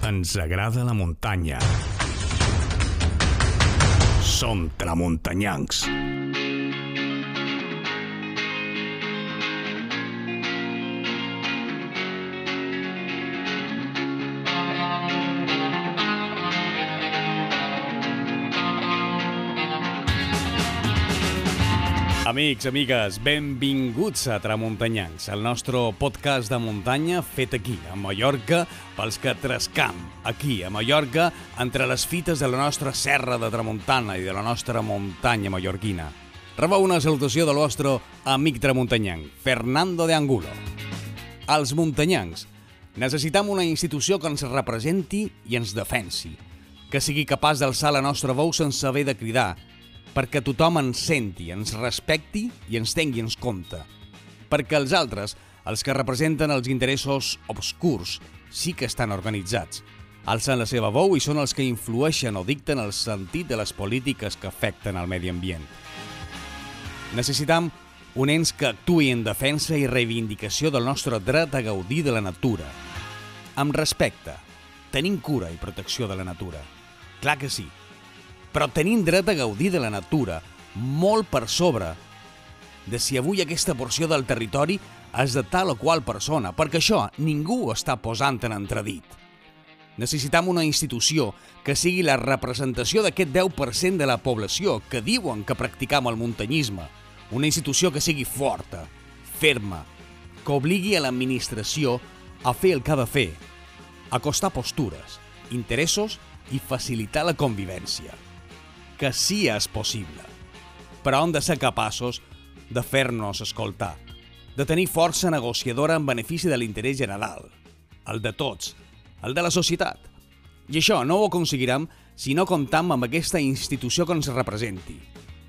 Ens agrada la muntanya. Som tramuntanyancs. Amics, amigues, benvinguts a Tramuntanyancs, el nostre podcast de muntanya fet aquí, a Mallorca, pels que trescam, aquí, a Mallorca, entre les fites de la nostra serra de Tramuntana i de la nostra muntanya mallorquina. Rebeu una salutació del vostre amic tramuntanyanc, Fernando de Angulo. Els muntanyancs necessitam una institució que ens representi i ens defensi, que sigui capaç d'alçar la nostra veu sense haver de cridar, perquè tothom ens senti, ens respecti i ens tingui en compte. Perquè els altres, els que representen els interessos obscurs, sí que estan organitzats. Alcen la seva veu i són els que influeixen o dicten el sentit de les polítiques que afecten el medi ambient. Necessitam un ens que actuï en defensa i reivindicació del nostre dret a gaudir de la natura. Amb respecte, tenint cura i protecció de la natura. Clar que sí. Però tenim dret a gaudir de la natura molt per sobre de si avui aquesta porció del territori és de tal o qual persona, perquè això ningú ho està posant en entredit. Necessitam una institució que sigui la representació d'aquest 10% de la població que diuen que practicam el muntanyisme, una institució que sigui forta, ferma, que obligui a l'administració a fer el que ha de fer, acostar postures, interessos i facilitar la convivència. Que sí és possible, però hem de ser capaços de fer-nos escoltar, de tenir força negociadora en benefici de l'interès general, el de tots, el de la societat. I això no ho aconseguirem si no comptam amb aquesta institució que ens representi.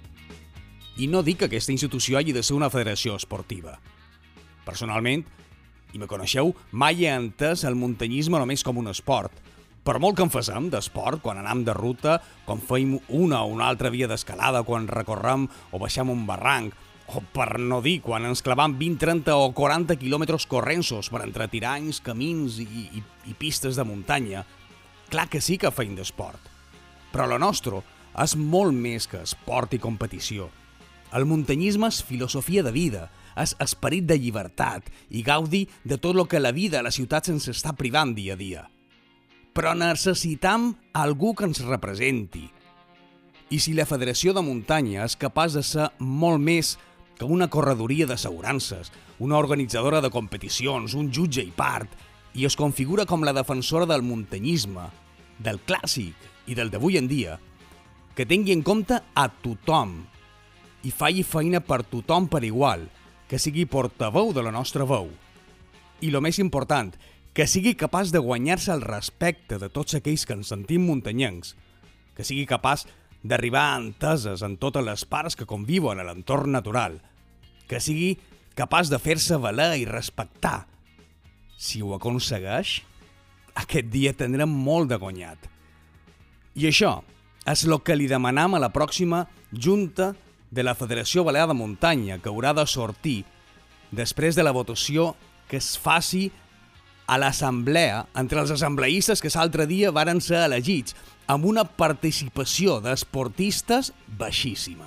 I no dic que aquesta institució hagi de ser una federació esportiva. Personalment, i me coneixeu, mai he entès el muntanyisme només com un esport. Per molt que en facem d'esport, quan anem de ruta, quan feim una o una altra via d'escalada, quan recorrem o baixem un barranc, o per no dir, quan ens clavem 20, 30 o 40 quilòmetres corrensos per entre tiranys, camins i pistes de muntanya, clar que sí que feim d'esport. Però lo nostre és molt més que esport i competició. El muntanyisme és filosofia de vida, és esperit de llibertat i gaudi de tot el que la vida a la ciutat ens està privant dia a dia. Però necessitam algú que ens representi. I si la Federació de Muntanya és capaç de ser molt més que una corredoria d'assegurances, una organitzadora de competicions, un jutge i part, i es configura com la defensora del muntanyisme, del clàssic i del d'avui en dia, que tingui en compte a tothom i faci feina per tothom per igual, que sigui portaveu de la nostra veu. I el més important, que sigui capaç de guanyar-se el respecte de tots aquells que ens sentim muntanyencs, que sigui capaç d'arribar a enteses en totes les parts que conviuen a l'entorn natural, que sigui capaç de fer-se valer i respectar. Si ho aconsegueix, aquest dia tindrem molt de guanyat. I això és el que li demanam a la pròxima Junta de la Federació Balear de Muntanya, que haurà de sortir després de la votació que es faci a l'assemblea, entre els assembleistes que l'altre dia varen ser elegits, amb una participació d'esportistes baixíssima.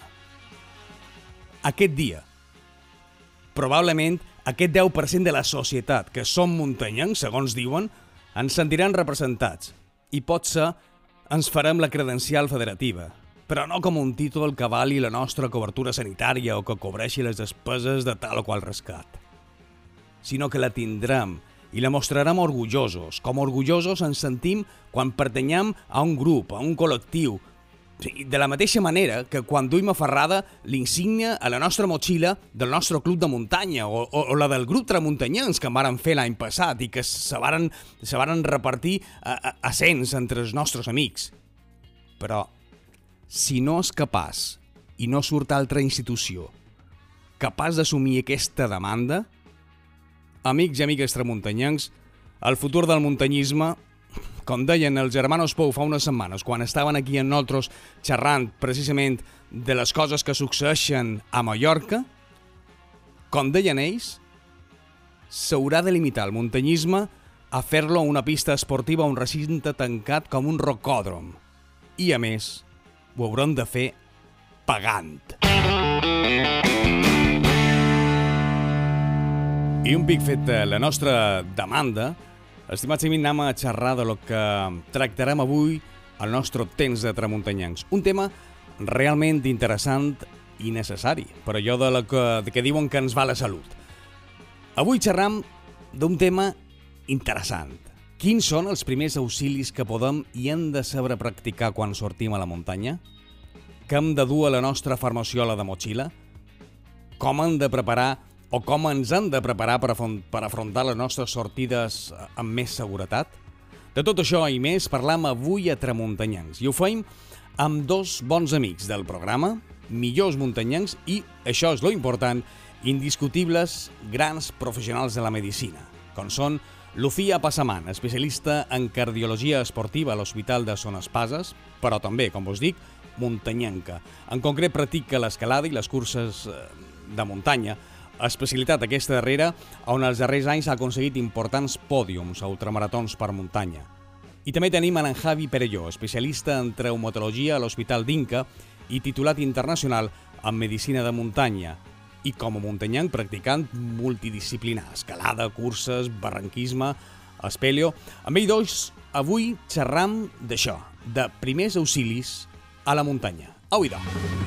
Aquest dia, probablement aquest 10% de la societat que som muntanyencs, segons diuen, ens sentiran representats i potser ens farem la credencial federativa, però no com un títol que vali la nostra cobertura sanitària o que cobreixi les despeses de tal o qual rescat, sinó que la tindrem i la mostrarem orgullosos, com orgullosos ens sentim quan pertanyem a un grup, a un col·lectiu. De la mateixa manera que quan duim aferrada l'insígnia a la nostra motxilla del nostre club de muntanya o la del grup tramuntanyans que en varen fer l'any passat i que se varen repartir a cents entre els nostres amics. Però, si no és capaç i no surt altra institució capaç d'assumir aquesta demanda, amics i amigues tramuntanyencs, el futur del muntanyisme, com deien els germanos Pou fa unes setmanes, quan estaven aquí amb nosaltres xerrant precisament de les coses que succeeixen a Mallorca, com deien ells, s'haurà de limitar el muntanyisme a fer-lo a una pista esportiva, un recinte tancat com un rocòdrom. I, a més, ho hauran de fer pagant. I un pic fet la nostra demanda, estimats amics, anem a xerrar de lo que tractarem avui al nostre temps de tramuntanyencs. Un tema realment interessant i necessari, per allò de lo que diuen que ens va la salut. Avui xerram d'un tema interessant. Quins són els primers auxilis que podem i hem de saber practicar quan sortim a la muntanya? Què hem de dur a la nostra farmaciola de motxilla? Com hem de preparar o com ens han de preparar per afrontar les nostres sortides amb més seguretat? De tot això i més parlam avui a Tramuntanyencs i ho feim amb dos bons amics del programa, millors muntanyencs i, això és lo important, indiscutibles grans professionals de la medicina, com són Lucía Passamant, especialista en cardiologia esportiva a l'Hospital de Son Espases, però també, com vos dic, muntanyenca. En concret practica l'escalada i les curses de muntanya, especialitat aquesta darrera, on els darrers anys ha aconseguit importants pòdiums a ultramaratons per muntanya. I també tenim en Javi Perelló, especialista en traumatologia a l'Hospital d'Inca i titulat internacional en medicina de muntanya, i com a muntanyenc practicant multidisciplinar, escalada, curses, barranquisme, espelio. Amb ell dos, avui xerram d'això, de primers auxilis a la muntanya. Au idò!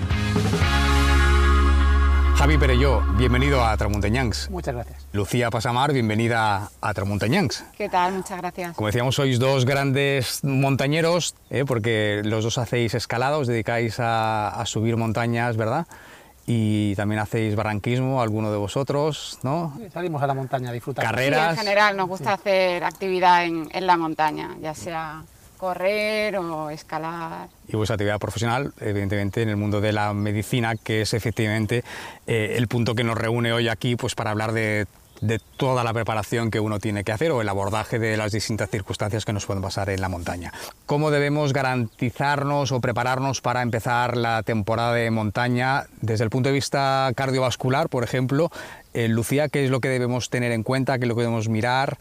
Javi Perelló, bienvenido a Tramuntanyencs. Muchas gracias. Lucía Passamant, bienvenida a Tramuntanyencs. ¿Qué tal? Muchas gracias. Como decíamos, sois dos grandes montañeros, porque los dos hacéis escalada, os dedicáis a subir montañas, ¿verdad? Y también hacéis barranquismo, alguno de vosotros, ¿no? Sí, salimos a la montaña a disfrutar. Carreras. Sí, en general nos gusta hacer actividad en la montaña, ya sea correr o escalar. Y vuestra actividad profesional, evidentemente, en el mundo de la medicina, que es efectivamente el punto que nos reúne hoy aquí, pues para hablar de toda la preparación que uno tiene que hacer o el abordaje de las distintas circunstancias que nos pueden pasar en la montaña. ¿Cómo debemos garantizarnos o prepararnos para empezar la temporada de montaña desde el punto de vista cardiovascular, por ejemplo? Lucía, ¿qué es lo que debemos tener en cuenta? ¿Qué es lo que debemos mirar?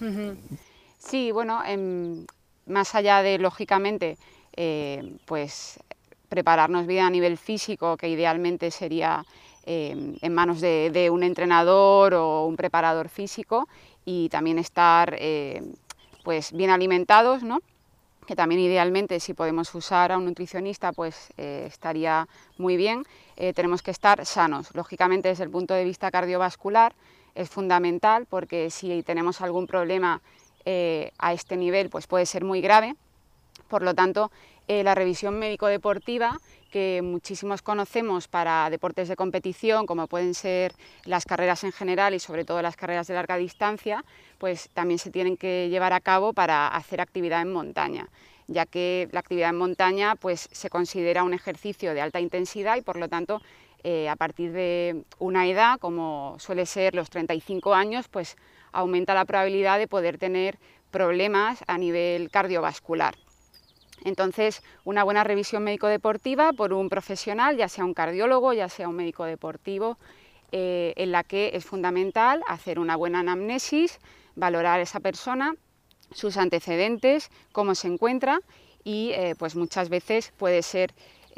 Sí, bueno, más allá de, lógicamente, pues prepararnos bien a nivel físico, que idealmente sería en manos de un entrenador o un preparador físico, y también estar pues bien alimentados, ¿no? Que también idealmente, si podemos usar a un nutricionista, pues estaría muy bien. Tenemos que estar sanos. Lógicamente, desde el punto de vista cardiovascular es fundamental, porque si tenemos algún problema a este nivel, pues puede ser muy grave. Por lo tanto, la revisión médico-deportiva, que muchísimos conocemos para deportes de competición, como pueden ser las carreras en general y sobre todo las carreras de larga distancia, pues también se tienen que llevar a cabo para hacer actividad en montaña, ya que la actividad en montaña pues se considera un ejercicio de alta intensidad y por lo tanto a partir de una edad, como suele ser los 35 años, pues aumenta la probabilidad de poder tener problemas a nivel cardiovascular. Entonces, una buena revisión médico-deportiva por un profesional, ya sea un cardiólogo, ya sea un médico deportivo, en la que es fundamental hacer una buena anamnesis, valorar a esa persona, sus antecedentes, cómo se encuentra y pues muchas veces puede ser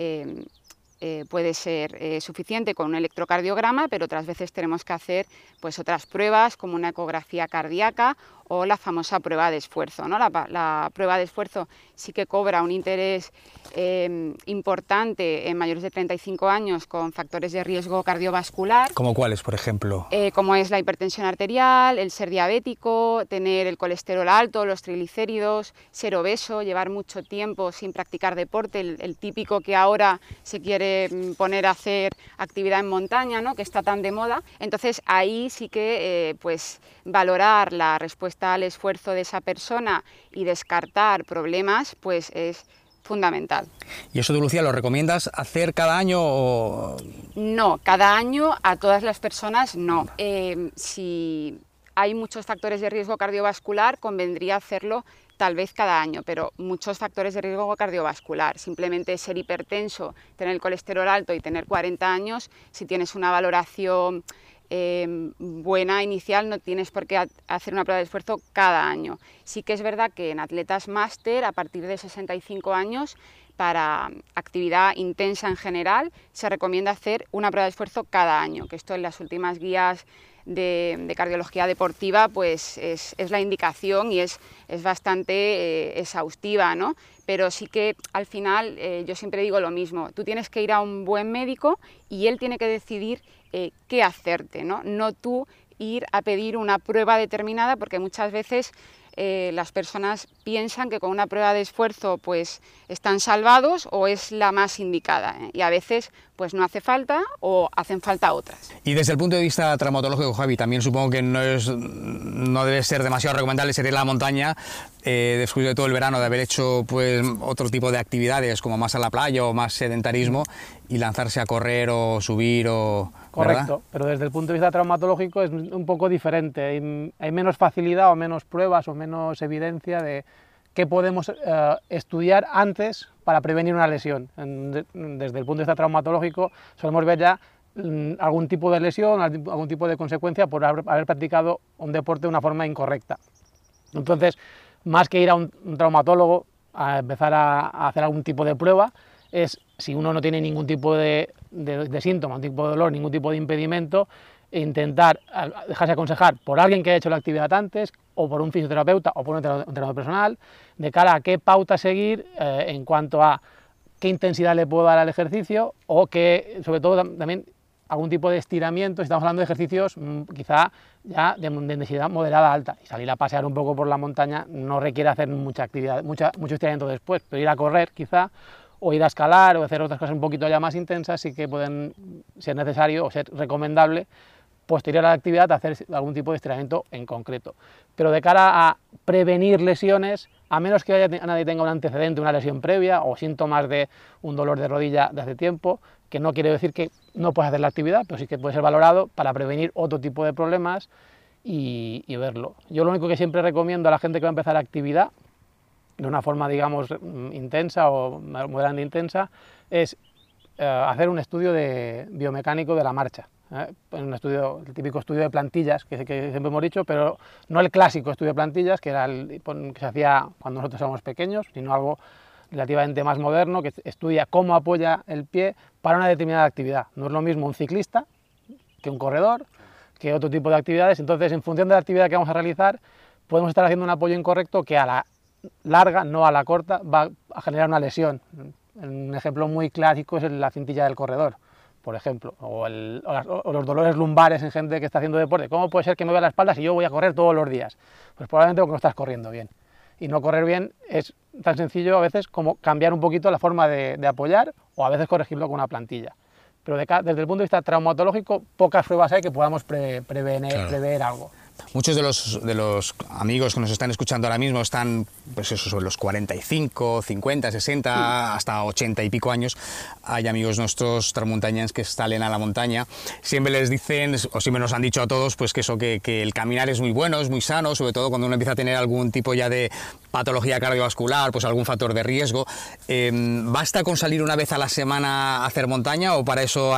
suficiente con un electrocardiograma, pero otras veces tenemos que hacer pues otras pruebas como una ecografía cardíaca o la famosa prueba de esfuerzo, ¿no? La prueba de esfuerzo sí que cobra un interés importante en mayores de 35 años con factores de riesgo cardiovascular. ¿Como cuáles, por ejemplo? Como es la hipertensión arterial, el ser diabético, tener el colesterol alto, los triglicéridos, ser obeso, llevar mucho tiempo sin practicar deporte, el típico que ahora se quiere poner a hacer actividad en montaña, ¿no? Que está tan de moda. Entonces ahí sí que pues valorar la respuesta al esfuerzo de esa persona y descartar problemas pues es fundamental. ¿Y eso tú, Lucía, lo recomiendas hacer cada año o...? No, cada año a todas las personas no. Si hay muchos factores de riesgo cardiovascular, convendría hacerlo tal vez cada año, pero muchos factores de riesgo cardiovascular, simplemente ser hipertenso, tener el colesterol alto y tener 40 años, si tienes una valoración buena inicial, no tienes por qué hacer una prueba de esfuerzo cada año. Sí que es verdad que en atletas máster, a partir de 65 años, para actividad intensa en general, se recomienda hacer una prueba de esfuerzo cada año, que esto en las últimas guías de cardiología deportiva pues es la indicación y es bastante exhaustiva, ¿no? Pero sí que al final yo siempre digo lo mismo, tú tienes que ir a un buen médico y él tiene que decidir qué hacerte, ¿no? No tú ir a pedir una prueba determinada, porque muchas veces las personas piensan que con una prueba de esfuerzo pues están salvados o es la más indicada, y a veces pues no hace falta o hacen falta otras. Y desde el punto de vista traumatológico, Javi, también supongo que no debe ser demasiado recomendable salir a la montaña después de todo el verano, de haber hecho pues otro tipo de actividades como más a la playa o más sedentarismo y lanzarse a correr o subir o... Correcto, ¿verdad? pero desde el punto de vista traumatológico es un poco diferente, hay menos facilidad o menos pruebas o menos evidencia de qué podemos estudiar antes para prevenir una lesión. Desde el punto de vista traumatológico solemos ver ya algún tipo de lesión, algún tipo de consecuencia por haber practicado un deporte de una forma incorrecta. Entonces, más que ir a un traumatólogo a empezar a hacer algún tipo de prueba, es si uno no tiene ningún tipo de síntoma, ningún tipo de dolor, ningún tipo de impedimento, intentar dejarse aconsejar por alguien que haya hecho la actividad antes, o por un fisioterapeuta o por un entrenador personal, de cara a qué pauta seguir en cuanto a qué intensidad le puedo dar al ejercicio, o que, sobre todo, también algún tipo de estiramiento. Estamos hablando de ejercicios quizá ya de intensidad moderada alta, y salir a pasear un poco por la montaña no requiere hacer mucha actividad, mucho estiramiento después, pero ir a correr quizá, o ir a escalar o hacer otras cosas un poquito ya más intensas, sí que pueden ser necesario o ser recomendable posterior a la actividad hacer algún tipo de estiramiento en concreto. Pero de cara a prevenir lesiones, a menos que nadie tenga un antecedente, una lesión previa o síntomas de un dolor de rodilla de hace tiempo, que no quiere decir que no puedas hacer la actividad, pero sí que puede ser valorado para prevenir otro tipo de problemas y verlo. Yo lo único que siempre recomiendo a la gente que va a empezar la actividad de una forma, digamos, intensa o moderadamente intensa, es hacer un estudio biomecánico de la marcha. Un estudio, el típico estudio de plantillas que siempre hemos dicho, pero no el clásico estudio de plantillas, que era el que se hacía cuando nosotros éramos pequeños, sino algo relativamente más moderno, que estudia cómo apoya el pie para una determinada actividad. No es lo mismo un ciclista que un corredor, que otro tipo de actividades. Entonces, en función de la actividad que vamos a realizar, podemos estar haciendo un apoyo incorrecto que a la larga, no a la corta, va a generar una lesión. Un ejemplo muy clásico es la cintilla del corredor, por ejemplo, o los dolores lumbares en gente que está haciendo deporte. ¿Cómo puede ser que me duele la espalda si yo voy a correr todos los días? Pues probablemente porque no estás corriendo bien. Y no correr bien es tan sencillo a veces como cambiar un poquito la forma de apoyar, o a veces corregirlo con una plantilla. Pero desde el punto de vista traumatológico, pocas pruebas hay que podamos prever algo. Muchos de los amigos que nos están escuchando ahora mismo están pues eso, sobre los 45, 50, 60, hasta 80 y pico años. Hay amigos nuestros transmontañenses que salen a la montaña. Siempre les dicen, o siempre nos han dicho a todos, pues que el caminar es muy bueno, es muy sano, sobre todo cuando uno empieza a tener algún tipo ya de patología cardiovascular, pues algún factor de riesgo. ¿Basta con salir una vez a la semana a hacer montaña, o para eso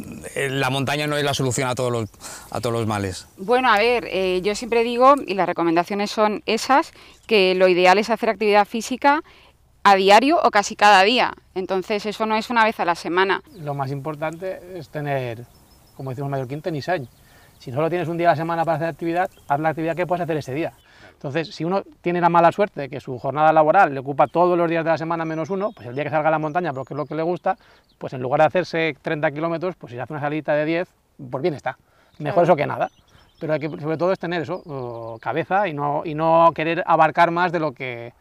la montaña no es la solución a todos los males? Bueno, a ver, yo siempre digo, y las recomendaciones son esas, que lo ideal es hacer actividad física a diario o casi cada día. Entonces eso no es una vez a la semana. Lo más importante es tener, como decimos en mallorquín, tenis-any. Si solo tienes un día a la semana para hacer actividad, haz la actividad que puedas hacer ese día. Entonces, si uno tiene la mala suerte de que su jornada laboral le ocupa todos los días de la semana menos uno, pues el día que salga a la montaña, porque es lo que le gusta, pues en lugar de hacerse 30 kilómetros, pues si se hace una salita de 10, pues bien está. Mejor eso que nada. Pero hay que, sobre todo, es tener eso, cabeza, y no querer abarcar más de lo que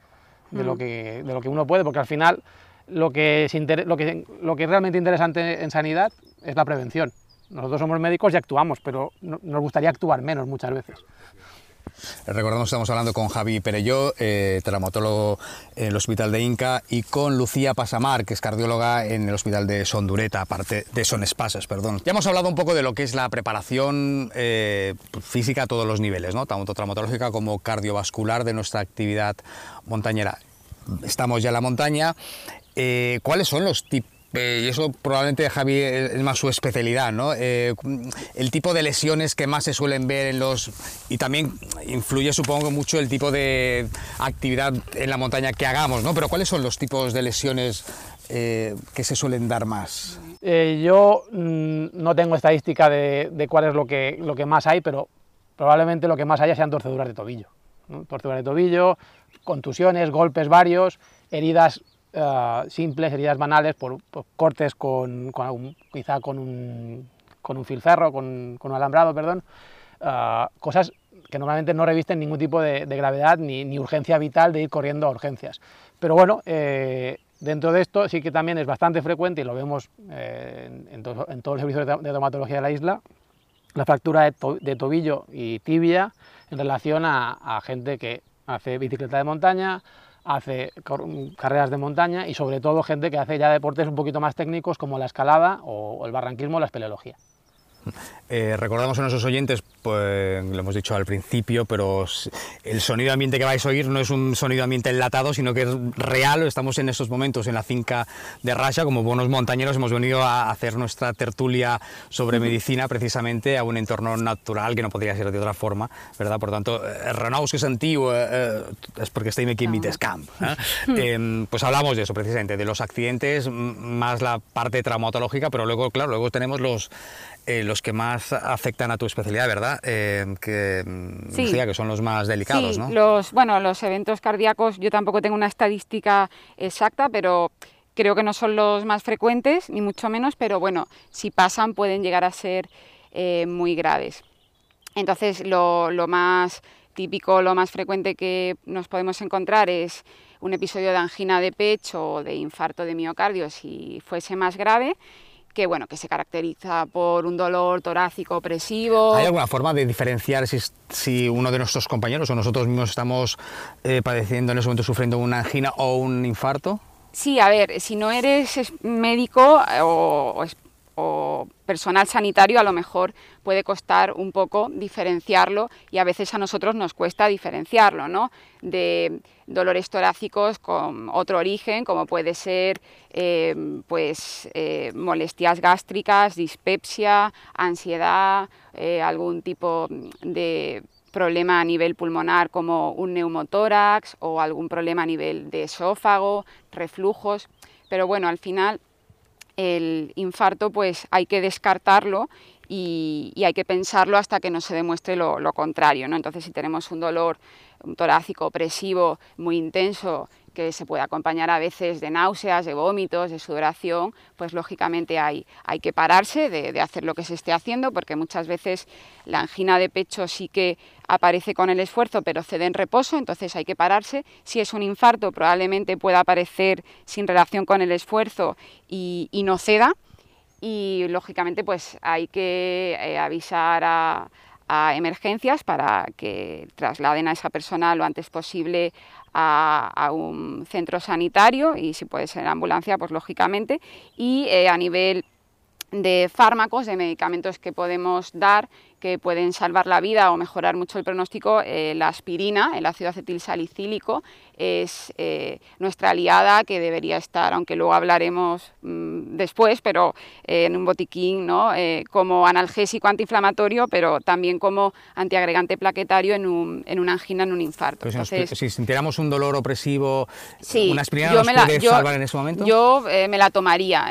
uno puede, porque al final lo que es realmente interesante en sanidad es la prevención. Nosotros somos médicos y actuamos, pero nos gustaría actuar menos muchas veces. Recordamos que estamos hablando con Javi Perelló, traumatólogo en el Hospital de Inca, y con Lucía Passamar, que es cardióloga en el Hospital de Son Dureta, aparte de Son Espases, perdón. Ya hemos hablado un poco de lo que es la preparación física a todos los niveles, ¿no? Tanto traumatológica como cardiovascular de nuestra actividad montañera. Estamos ya en la montaña. ¿Cuáles son los Y eso probablemente, Javi, es más su especialidad, ¿no? El tipo de lesiones que más se suelen ver en los... Y también influye, supongo, mucho el tipo de actividad en la montaña que hagamos, ¿no? Pero ¿cuáles son los tipos de lesiones que se suelen dar más? Yo no tengo estadística de cuál es lo que más hay, pero probablemente lo que más haya sean torceduras de tobillo, ¿no? Torceduras de tobillo, contusiones, golpes varios, heridas simples, heridas banales por cortes quizá con un filferro, con un alambrado, perdón, cosas que normalmente no revisten ningún tipo de gravedad ni urgencia vital de ir corriendo a urgencias. Pero bueno, dentro de esto sí que también es bastante frecuente, y lo vemos en todos los servicios de traumatología de la isla, la fractura de tobillo y tibia en relación a gente que hace bicicleta de montaña, hace carreras de montaña y sobre todo gente que hace ya deportes un poquito más técnicos como la escalada o el barranquismo o la espeleología. Recordamos a nuestros oyentes, pues lo hemos dicho al principio, pero el sonido ambiente que vais a oír no es un sonido ambiente enlatado, sino que es real. Estamos en estos momentos en la finca de Rasha. Como buenos montañeros hemos venido a hacer nuestra tertulia sobre medicina precisamente a un entorno natural que no podría ser de otra forma, ¿verdad? Por tanto, Renaus, que es antiguo, es porque estem aquí en Vitescamp. Pues hablamos de eso precisamente, de los accidentes, más la parte traumatológica, pero luego, claro, luego tenemos los que más afectan a tu especialidad, ¿verdad? Que son los más delicados, sí, ¿no? Los eventos cardíacos, yo tampoco tengo una estadística exacta, pero creo que no son los más frecuentes, ni mucho menos, pero bueno, si pasan pueden llegar a ser muy graves. Entonces, lo más típico, lo más frecuente que nos podemos encontrar es un episodio de angina de pecho o de infarto de miocardio si fuese más grave, que se caracteriza por un dolor torácico opresivo. ¿Hay alguna forma de diferenciar si uno de nuestros compañeros o nosotros mismos estamos padeciendo en ese momento, sufriendo una angina o un infarto? Sí, a ver, si no eres médico o personal sanitario, a lo mejor puede costar un poco diferenciarlo, y a veces a nosotros nos cuesta diferenciarlo, ¿no? De dolores torácicos con otro origen, como puede ser molestias gástricas, dispepsia, ansiedad, algún tipo de problema a nivel pulmonar como un neumotórax o algún problema a nivel de esófago, reflujos. Pero bueno, al final el infarto pues hay que descartarlo y hay que pensarlo hasta que no se demuestre lo contrario, ¿no? Entonces, si tenemos un dolor torácico opresivo muy intenso, que se puede acompañar a veces de náuseas, de vómitos, de sudoración, pues lógicamente hay que pararse de hacer lo que se esté haciendo, porque muchas veces la angina de pecho sí que aparece con el esfuerzo, pero cede en reposo, entonces hay que pararse. Si es un infarto, probablemente pueda aparecer sin relación con el esfuerzo y no ceda, y lógicamente pues hay que avisar a emergencias para que trasladen a esa persona lo antes posible a un centro sanitario, y si puede ser ambulancia, pues lógicamente. Y a nivel de fármacos, de medicamentos que podemos dar que pueden salvar la vida o mejorar mucho el pronóstico, la aspirina, el ácido acetilsalicílico, es nuestra aliada, que debería estar, aunque luego hablaremos después, pero en un botiquín, ¿no? Como analgésico antiinflamatorio, pero también como antiagregante plaquetario en una angina, en un infarto. Pero entonces, si sintiéramos un dolor opresivo, sí, ¿una aspirina nos puede salvar en ese momento? Yo me la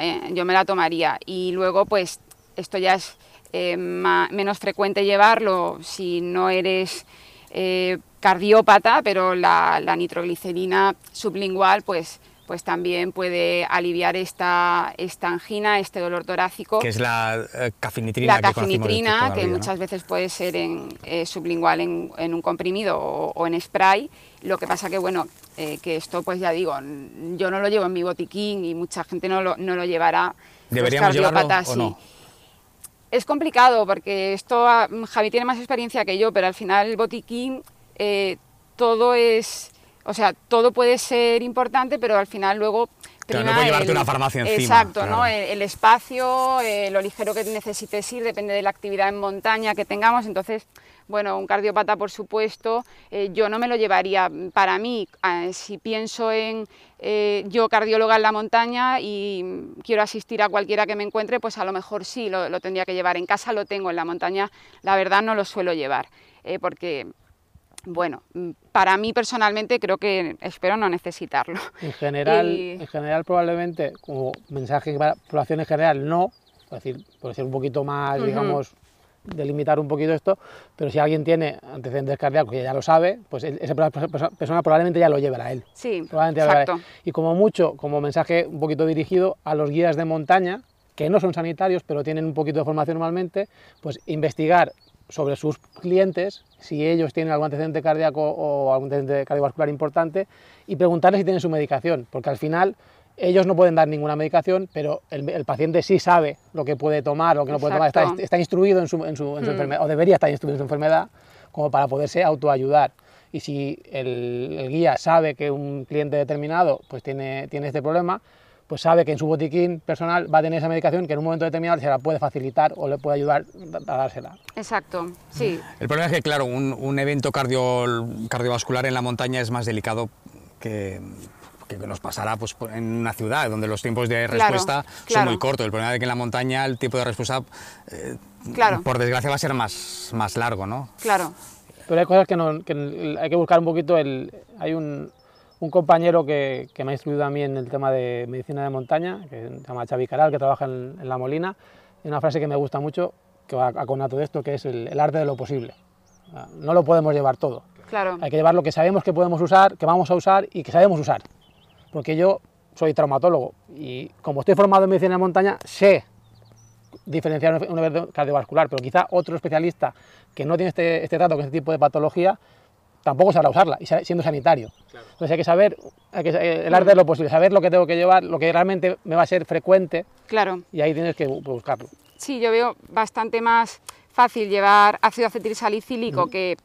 tomaría, y luego pues esto ya es menos frecuente llevarlo si no eres cardiópata, pero la nitroglicerina sublingual pues también puede aliviar esta angina, este dolor torácico. Que es la cafinitrina. La cafinitrina, que muchas veces puede ser sublingual en un comprimido o en spray. Lo que pasa que, bueno, que esto, pues ya digo, yo no lo llevo en mi botiquín y mucha gente no lo llevará. ¿Deberíamos llevarlo o no? Es complicado, porque esto, Javi tiene más experiencia que yo, pero al final el botiquín todo puede ser importante, pero al final luego Claro, no puedes llevarte una farmacia encima. Exacto, claro. ¿no? El espacio, lo ligero que necesites ir, depende de la actividad en montaña que tengamos. Entonces, bueno, un cardiópata, por supuesto, yo no me lo llevaría para mí. Si pienso en yo, cardióloga en la montaña, y quiero asistir a cualquiera que me encuentre, pues a lo mejor sí, lo tendría que llevar. En casa lo tengo, en la montaña la verdad no lo suelo llevar, porque, bueno, para mí personalmente creo que espero no necesitarlo. En general probablemente, como mensaje para población en general, no, es decir, puede ser un poquito más, digamos, delimitar un poquito esto, pero si alguien tiene antecedentes cardíacos que ya lo sabe, pues esa persona probablemente ya lo lleve a él. Sí, exacto. Y como mucho, como mensaje un poquito dirigido a los guías de montaña, que no son sanitarios, pero tienen un poquito de formación normalmente, pues investigar sobre sus clientes, si ellos tienen algún antecedente cardíaco o algún antecedente cardiovascular importante, y preguntarles si tienen su medicación, porque al final ellos no pueden dar ninguna medicación, pero el paciente sí sabe lo que puede tomar o lo que no puede tomar, está instruido en su enfermedad, o debería estar instruido en su enfermedad, como para poderse autoayudar. Y si el guía sabe que un cliente determinado pues tiene este problema, pues sabe que en su botiquín personal va a tener esa medicación que en un momento determinado se la puede facilitar o le puede ayudar a dársela. Exacto, sí. El problema es que, claro, un evento cardiovascular en la montaña es más delicado que nos pasará pues, en una ciudad donde los tiempos de respuesta son muy cortos. El problema es que en la montaña el tiempo de respuesta, por desgracia, va a ser más largo, ¿no? Claro. Pero hay cosas que hay que buscar un poquito. Hay un compañero que me ha instruido a mí en el tema de medicina de montaña, que se llama Xavi Caral, que trabaja en La Molina, y una frase que me gusta mucho, que va a conato de esto, que es el arte de lo posible. No lo podemos llevar todo. Claro. Hay que llevar lo que sabemos que podemos usar, que vamos a usar y que sabemos usar. Porque yo soy traumatólogo y como estoy formado en medicina de montaña, sé diferenciar un evento cardiovascular, pero quizá otro especialista que no tiene este trato con este tipo de patología tampoco sabrá usarla, y siendo sanitario. Claro. Entonces hay que saber el arte de lo posible, saber lo que tengo que llevar, lo que realmente me va a ser frecuente, claro. Y ahí tienes que buscarlo. Sí, yo veo bastante más fácil llevar ácido acetilsalicílico, que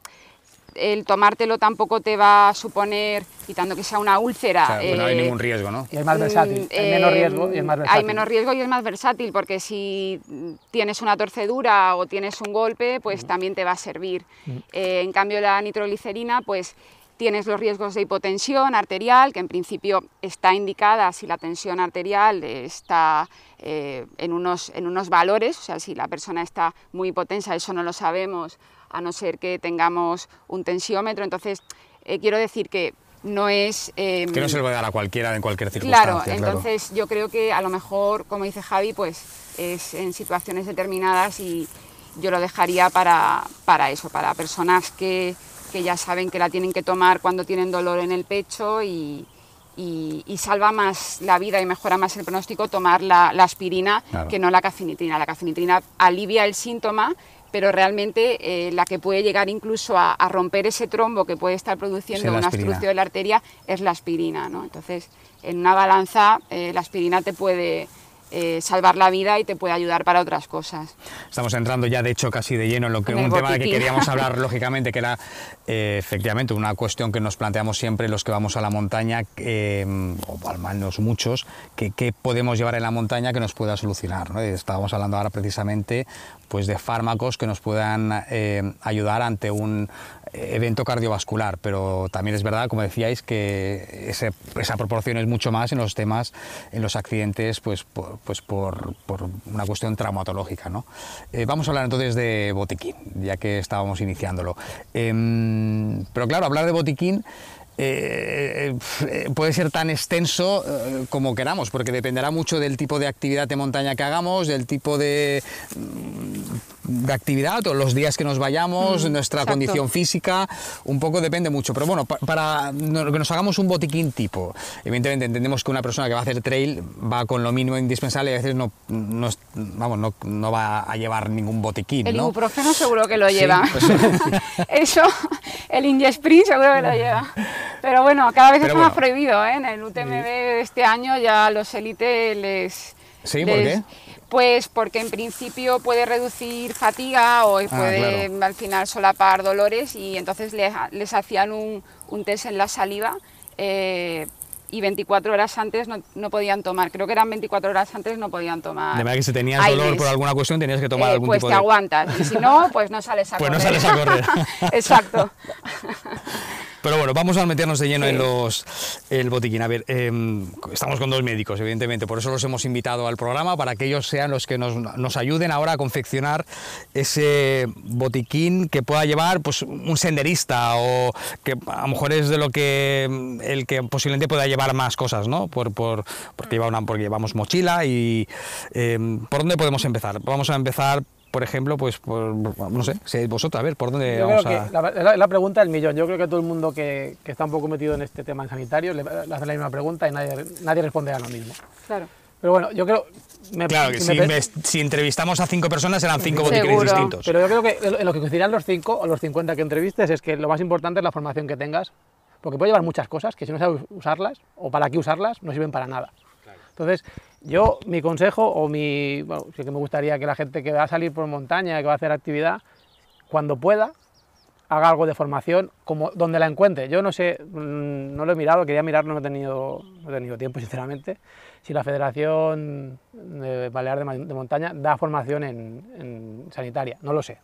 el tomártelo tampoco te va a suponer, quitando que sea una úlcera. O sea, pues no hay ningún riesgo, ¿no? Y es más versátil, hay menos riesgo y es más versátil. Hay menos riesgo y es más versátil, porque si tienes una torcedura o tienes un golpe, pues también te va a servir. En cambio, la nitroglicerina, pues tienes los riesgos de hipotensión arterial, que en principio está indicada si la tensión arterial está en unos valores, o sea, si la persona está muy hipotensa, eso no lo sabemos, a no ser que tengamos un tensiómetro. Entonces, quiero decir que no es... que no se le puede dar a cualquiera en cualquier circunstancia. Claro, entonces yo creo que a lo mejor, como dice Javi, pues es en situaciones determinadas, y yo lo dejaría para eso, para personas que ya saben que la tienen que tomar cuando tienen dolor en el pecho, y salva más la vida y mejora más el pronóstico tomar la aspirina, claro, que no la cafinitrina. La cafinitrina alivia el síntoma, pero realmente la que puede llegar incluso a romper ese trombo que puede estar produciendo una obstrucción de la arteria es la aspirina, ¿no? Entonces, en una balanza, la aspirina te puede salvar la vida y te puede ayudar para otras cosas. Estamos entrando ya, de hecho, casi de lleno en un tema de que queríamos hablar, lógicamente, que era efectivamente una cuestión que nos planteamos siempre los que vamos a la montaña, o al menos muchos, qué podemos llevar en la montaña que nos pueda solucionar, ¿no? Estábamos hablando ahora precisamente pues, de fármacos que nos puedan ayudar ante un evento cardiovascular, pero también es verdad, como decíais, que esa proporción es mucho más en los temas, en los accidentes, pues por una cuestión traumatológica, ¿no? Vamos a hablar entonces de botiquín, ya que estábamos iniciándolo. Pero claro, hablar de botiquín puede ser tan extenso como queramos, porque dependerá mucho del tipo de actividad de montaña que hagamos, del tipo de actividad o los días que nos vayamos, nuestra exacto, condición física, un poco depende mucho. Pero bueno, para que nos hagamos un botiquín tipo, evidentemente entendemos que una persona que va a hacer trail va con lo mínimo indispensable y a veces no va a llevar ningún botiquín, el ¿no? ibuprofeno seguro que lo lleva. Sí, pues, eso, el Injesprin seguro que lo lleva. Pero bueno, cada vez está más prohibido, ¿eh? En el UTMB de este año ya los élite les... ¿Sí? ¿Por qué? Pues porque en principio puede reducir fatiga o puede al final solapar dolores, y entonces les hacían un test en la saliva y 24 horas antes no podían tomar, creo que eran 24 horas antes no podían tomar. De manera que si tenías dolor por alguna cuestión tenías que tomar algún pues tipo te aguantas, y si no, pues no sales a pues correr. no sales a correr. Exacto. Pero bueno, vamos a meternos de lleno en el botiquín. A ver, estamos con dos médicos, evidentemente, por eso los hemos invitado al programa, para que ellos sean los que nos ayuden ahora a confeccionar ese botiquín que pueda llevar pues, un senderista, o que a lo mejor es de lo que el que posiblemente pueda llevar más cosas, ¿no? Porque llevamos mochila y ¿por dónde podemos empezar? Vamos a empezar, por ejemplo, pues no sé, si vosotros, a ver, ¿por dónde yo vamos creo a...? que la pregunta del millón. Yo creo que todo el mundo que está un poco metido en este tema en sanitario le hace la misma pregunta y nadie responde a lo mismo. Claro. Pero bueno, yo creo... Claro, que si entrevistamos a 5 personas serán 5 botiquines distintos. Pero yo creo que en lo que coincidirán los 5 o los 50 que entrevistes es que lo más importante es la formación que tengas, porque puedes llevar muchas cosas que si no sabes usarlas o para qué usarlas no sirven para nada. Entonces, mi consejo bueno, sí que me gustaría que la gente que va a salir por montaña, que va a hacer actividad, cuando pueda, haga algo de formación, como donde la encuentre. Yo no sé, no lo he mirado, quería mirar, no he tenido tiempo, sinceramente, si la Federación Balear de Montaña da formación en sanitaria. No lo sé.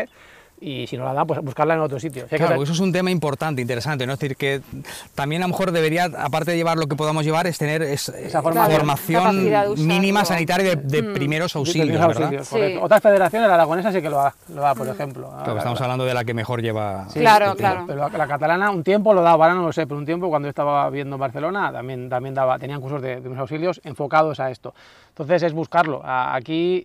Y si no la dan, pues buscarla en otro sitio. Claro, eso es un tema importante, interesante, ¿no? Es decir, que también a lo mejor debería, aparte de llevar lo que podamos llevar, es tener esa formación mínima sanitaria de primeros auxilios, ¿verdad? Sí. Otras federaciones, la aragonesa sí que lo da, por ejemplo. Claro, estamos hablando de la que mejor lleva... Sí, claro. Pero la catalana un tiempo lo daba, ahora no lo sé, pero un tiempo cuando yo estaba viviendo en Barcelona también tenían cursos de primeros auxilios enfocados a esto. Entonces es buscarlo. Aquí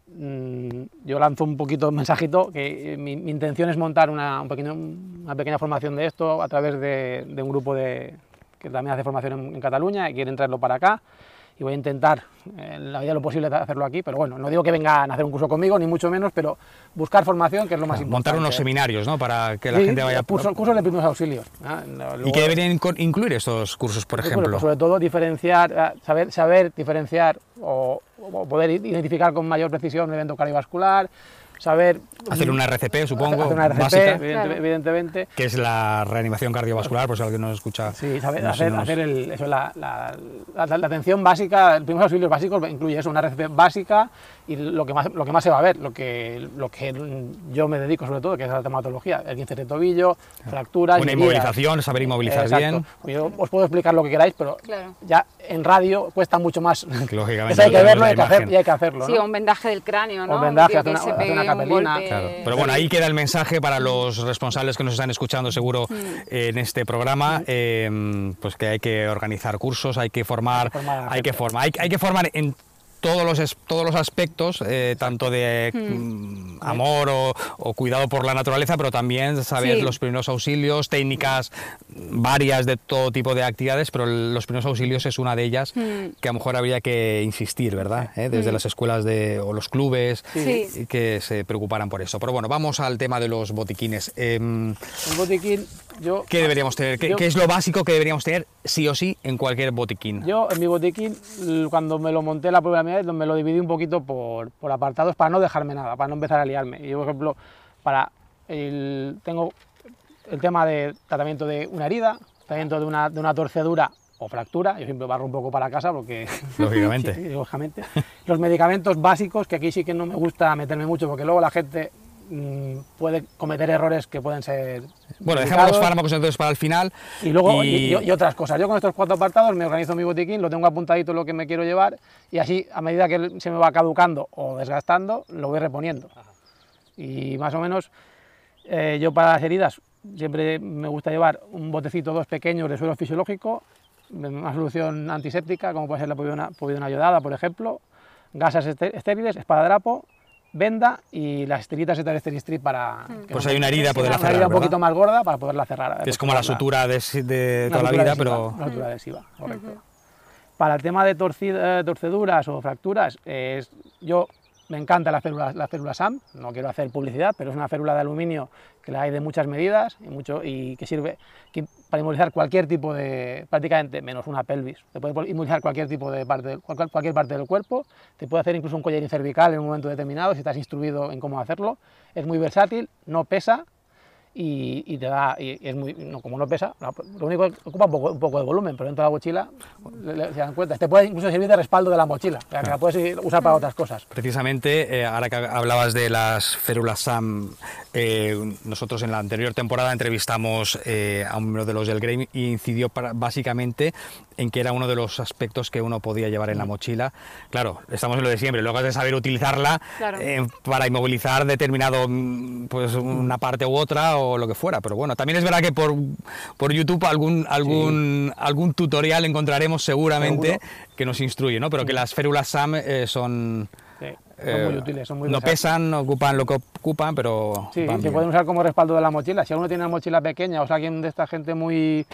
yo lanzo un poquito un mensajito, que mi intención es montar una pequeña formación de esto a través de un grupo que también hace formación en Cataluña y quieren traerlo para acá, y voy a intentar en la medida de lo posible hacerlo aquí, pero bueno, no digo que vengan a hacer un curso conmigo, ni mucho menos, pero buscar formación, que es lo más importante. Montar unos seminarios, ¿no? Para que la gente vaya... cursos de primeros auxilios. ¿Y qué deberían incluir estos cursos, por ejemplo? Pues sobre todo diferenciar, saber diferenciar o poder identificar con mayor precisión un evento cardiovascular, saber... Hacer una RCP, supongo, hacer una RCP, básica, evidentemente. Que es la reanimación cardiovascular, por si alguien nos escucha. Sí, hacer la atención básica, el primeros auxilios básicos incluye eso, una RCP básica, y lo que más se va a ver, lo que yo me dedico sobre todo, que es la traumatología, el 15 de tobillo, fracturas... Una inmovilización, saber inmovilizar bien. Yo os puedo explicar lo que queráis, pero ya en radio cuesta mucho más. Lógicamente. Hay que verlo y hay que hacerlo, ¿no? Sí, o un vendaje del cráneo, ¿no? Un vendaje, hacer una capelina. Claro. Pero bueno, ahí queda el mensaje para los responsables que nos están escuchando seguro en este programa, pues que hay que organizar cursos, hay que formar en todos los aspectos, tanto de amor o cuidado por la naturaleza, pero también saber los primeros auxilios, técnicas varias de todo tipo de actividades, pero los primeros auxilios es una de ellas que a lo mejor habría que insistir, ¿verdad? Desde las escuelas o los clubes, que se preocuparan por eso. Pero bueno, vamos al tema de los botiquines. El botiquín, ¿qué deberíamos tener? ¿Qué es lo básico que deberíamos tener sí o sí en cualquier botiquín? Yo en mi botiquín, cuando me lo monté la primera vez, me lo dividí un poquito por apartados para no dejarme nada, para no empezar a liarme. Y yo, por ejemplo, tengo el tema de tratamiento de una herida, tratamiento de una torcedura o fractura. Yo siempre barro un poco para casa porque... Lógicamente. Sí, lógicamente. Los medicamentos básicos, que aquí sí que no me gusta meterme mucho porque luego la gente puede cometer errores que pueden ser... Bueno, dejemos los fármacos entonces para el final. Y luego y otras cosas. Yo con estos 4 apartados me organizo mi botiquín, lo tengo apuntadito lo que me quiero llevar, y así a medida que se me va caducando o desgastando, lo voy reponiendo. Y más o menos yo para las heridas siempre me gusta llevar un botecito 2 pequeños de suero fisiológico, una solución antiséptica como puede ser la povidona iodada, por ejemplo, gasas estériles, espadadrapo, venda y las estiritas de Steri-Strip para... Pues hay una herida, poderla cerrar, una herida un ¿verdad? poquito más gorda para poderla cerrar. Es como la sutura de toda la vida, adhesiva, pero... Una sutura adhesiva, correcto. Para el tema de torceduras o fracturas, yo me encanta la férula SAM, no quiero hacer publicidad, pero es una férula de aluminio que la hay de muchas medidas y que sirve para inmovilizar cualquier tipo de, prácticamente menos una pelvis, te puede inmovilizar cualquier tipo de cualquier parte del cuerpo, te puede hacer incluso un collarín cervical en un momento determinado si estás instruido en cómo hacerlo, es muy versátil, no pesa y te da, y es muy, no, como no pesa, lo único que ocupa un poco de volumen, pero dentro de la mochila se dan cuenta. Te puede incluso servir de respaldo de la mochila, o sea, que la puedes usar para otras cosas. Precisamente, ahora que hablabas de las férulas SAM, nosotros en la anterior temporada entrevistamos a un miembro de los del Grey y incidió básicamente en que era uno de los aspectos que uno podía llevar en la mochila. Claro, estamos en lo de siempre, luego has de saber utilizarla para inmovilizar determinado, pues una parte u otra o lo que fuera, pero bueno, también es verdad que por YouTube algún tutorial encontraremos seguramente que nos instruye, ¿no? Pero que las férulas SAM son... Son muy útiles, son muy no versátiles. pesan, no ocupan lo que ocupan, pero sí, van se bien. pueden usar como respaldo de la mochila. Si uno tiene una mochila pequeña, o sea, alguien de esta gente muy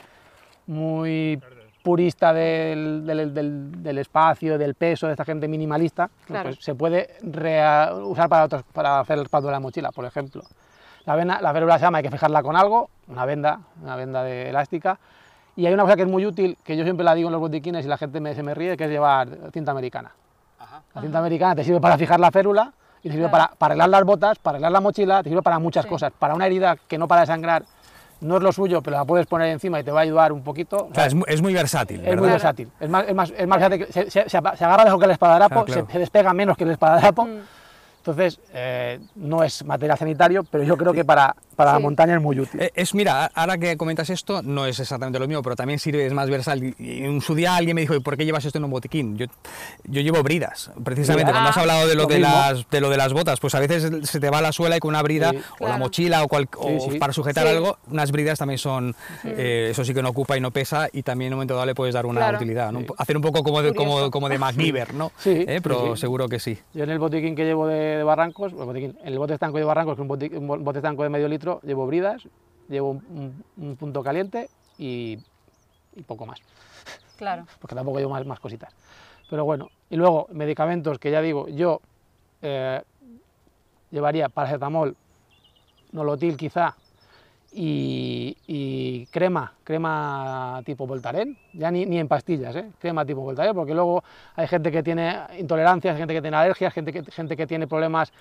purista del espacio, del peso, de esta gente minimalista, pues se puede usar para hacer el respaldo de la mochila, por ejemplo. La férula SAM hay que fijarla con algo, una venda elástica, y hay una cosa que es muy útil, que yo siempre la digo en los botiquines y la gente se me ríe, que es llevar cinta americana. La cinta americana te sirve para fijar la férula y te sirve para arreglar las botas, para arreglar la mochila, te sirve para muchas cosas. Para una herida que no para de sangrar, no es lo suyo, pero la puedes poner encima y te va a ayudar un poquito. O sea, es muy versátil, ¿verdad? Es muy versátil. Es más versátil, se agarra mejor que el espadadrapo, claro. se despega menos que el espadadrapo. Entonces, no es material sanitario, pero yo creo que para la montaña es muy útil. Mira, ahora que comentas esto, no es exactamente lo mismo, pero también sirve, es más versátil. Y en su día alguien me dijo, ¿y por qué llevas esto en un botiquín? Yo llevo bridas, precisamente. Cuando has hablado de lo de las botas, pues a veces se te va la suela y con una brida, o la mochila, o para sujetar algo, unas bridas también son, eso sí que no ocupa y no pesa, y también en un momento dado le puedes dar una utilidad, ¿no? Hacer un poco como de MacGyver, ¿no? Pero seguro que sí. Yo en el botiquín que llevo de Barrancos, en el bote estanco de Barrancos, que es un bote estanco de medio litro, llevo bridas, llevo un punto caliente y poco más. Claro. Porque tampoco llevo más cositas. Pero bueno, y luego medicamentos que ya digo, yo llevaría paracetamol, nolotil quizá, y crema tipo Voltaren, ya ni en pastillas, crema tipo Voltaren, porque luego hay gente que tiene intolerancias, gente que tiene alergias, gente que tiene problemas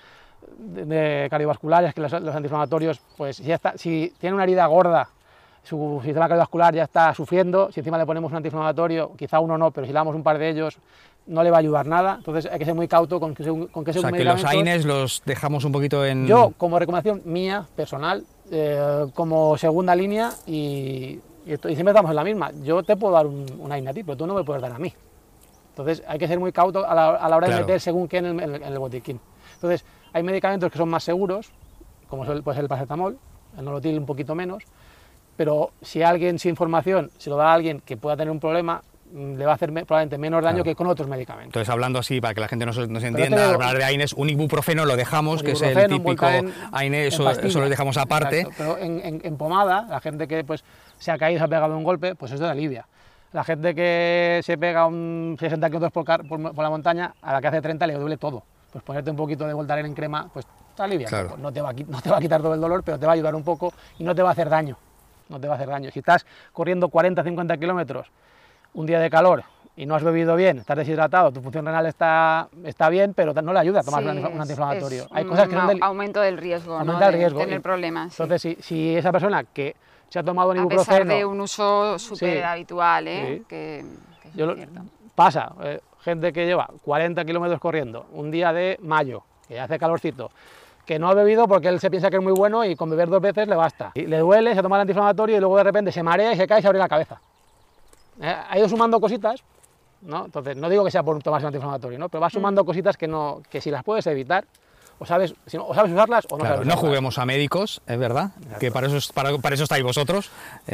de cardiovasculares, que los antiinflamatorios, pues si tiene una herida gorda, su sistema cardiovascular ya está sufriendo, si encima le ponemos un antiinflamatorio, quizá uno no, pero si le damos un par de ellos, no le va a ayudar nada. Entonces hay que ser muy cauto con qué O sea, que los AINES los dejamos un poquito en... Yo, como recomendación mía, personal, como segunda línea, y siempre estamos en la misma, yo te puedo dar un AINE a ti, pero tú no me puedes dar a mí. Entonces hay que ser muy cauto a la hora de meter según qué en el botiquín. Entonces hay medicamentos que son más seguros, como puede ser el paracetamol, el nolotil un poquito menos, pero si alguien sin formación se lo da a alguien que pueda tener un problema, le va a hacer probablemente menos daño que con otros medicamentos. Entonces, hablando así, para que la gente nos entienda, hablar de AINES, un ibuprofeno lo dejamos, que es el típico AINE, eso lo dejamos aparte. Exacto, pero en pomada, la gente que pues, se ha caído, se ha pegado un golpe, pues eso te alivia. La gente que se pega 60 kilómetros por la montaña, a la que hace 30 le duele todo. Pues ponerte un poquito de Voltaren en crema, pues te alivia. Claro. No te va a quitar todo el dolor, pero te va a ayudar un poco y no te va a hacer daño. No te va a hacer daño. Si estás corriendo 40-50 kilómetros un día de calor y no has bebido bien, estás deshidratado, tu función renal está bien, pero no le ayuda a tomar un antiinflamatorio. Hay cosas que son aumento del riesgo, aumenta el riesgo, tener problemas. Entonces, si esa persona que se ha tomado un ibuprofeno... A pesar de un uso súper habitual, que es cierto. Pasa, gente que lleva 40 kilómetros corriendo, un día de mayo, que hace calorcito, que no ha bebido porque él se piensa que es muy bueno y con beber 2 veces le basta. Y le duele, se toma el antiinflamatorio y luego de repente se marea y se cae y se abre la cabeza. Ha ido sumando cositas, ¿no? Entonces, no digo que sea por tomarse un antiinflamatorio, ¿no? Pero va sumando cositas que si las puedes evitar, o sabes usarlas o no sabes usarlas. No juguemos a médicos, es verdad, exacto, que para eso estáis vosotros,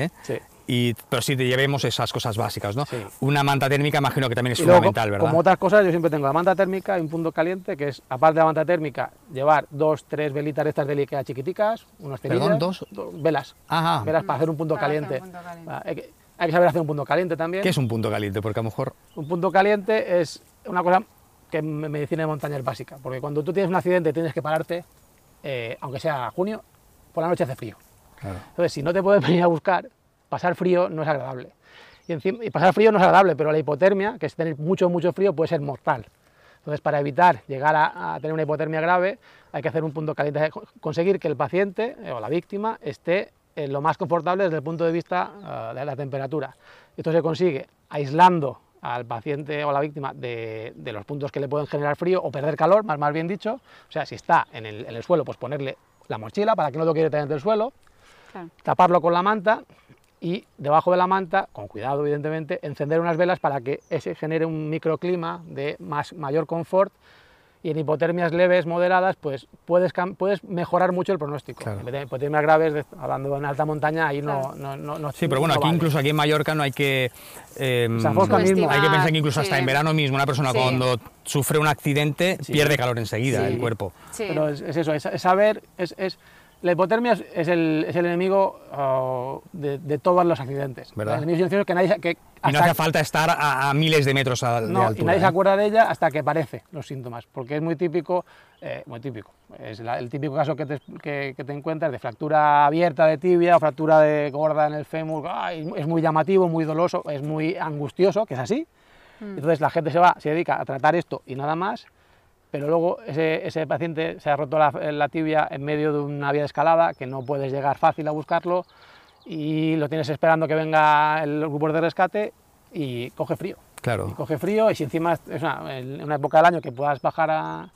Sí. Pero sí te llevemos esas cosas básicas, ¿no? Sí. Una manta térmica imagino que también es y luego, fundamental, ¿verdad? Como otras cosas, yo siempre tengo la manta térmica y un punto caliente, que es, aparte de la manta térmica, llevar 2-3 velitas de estas de Ikea chiquiticas, unas cerillas, ¿Perdón? ¿Dos? Velas. Ajá. Velas para hacer un punto caliente. Hay que saber hacer un punto caliente también. ¿Qué es un punto caliente? Porque a lo mejor... Un punto caliente es una cosa que en medicina de montaña es básica, porque cuando tú tienes un accidente y tienes que pararte, aunque sea junio, por la noche hace frío. Claro. Entonces, si no te puedes venir a buscar, pasar frío no es agradable. Y pasar frío no es agradable, pero la hipotermia, que es tener mucho frío, puede ser mortal. Entonces, para evitar llegar a tener una hipotermia grave, hay que hacer un punto caliente, conseguir que el paciente o la víctima esté lo más confortable desde el punto de vista de la temperatura. Esto se consigue aislando al paciente o a la víctima de los puntos que le pueden generar frío o perder calor, más bien dicho. O sea, si está en el suelo, pues ponerle la mochila para que no toque directamente el suelo, claro, taparlo con la manta y debajo de la manta, con cuidado evidentemente, encender unas velas para que ese genere un microclima de mayor confort, y en hipotermias leves, moderadas, pues puedes mejorar mucho el pronóstico. Claro. En hipotermias graves, hablando en alta montaña, ahí claro, no sí, pero bueno, aquí vale. Incluso aquí en Mallorca no hay que... mismo. Hay que pensar que incluso hasta en verano mismo una persona cuando sufre un accidente pierde calor enseguida el cuerpo. Sí. Pero es eso, es saber... La hipotermia es el enemigo de todos los accidentes. ¿Verdad? El enemigo silencioso que nadie... Y no hace falta estar a miles de metros de altura. Y nadie se acuerda de ella hasta que aparece los síntomas, porque es muy típico, es el típico caso que te encuentras de fractura abierta de tibia o fractura de gorda en el fémur. Es muy llamativo, muy doloroso, es muy angustioso, que es así. Entonces la gente se dedica a tratar esto y nada más, pero luego ese paciente se ha roto la tibia en medio de una vía de escalada, que no puedes llegar fácil a buscarlo, y lo tienes esperando que venga el grupo de rescate y coge frío. Claro. Y coge frío, y si encima es en una época del año que puedas bajar a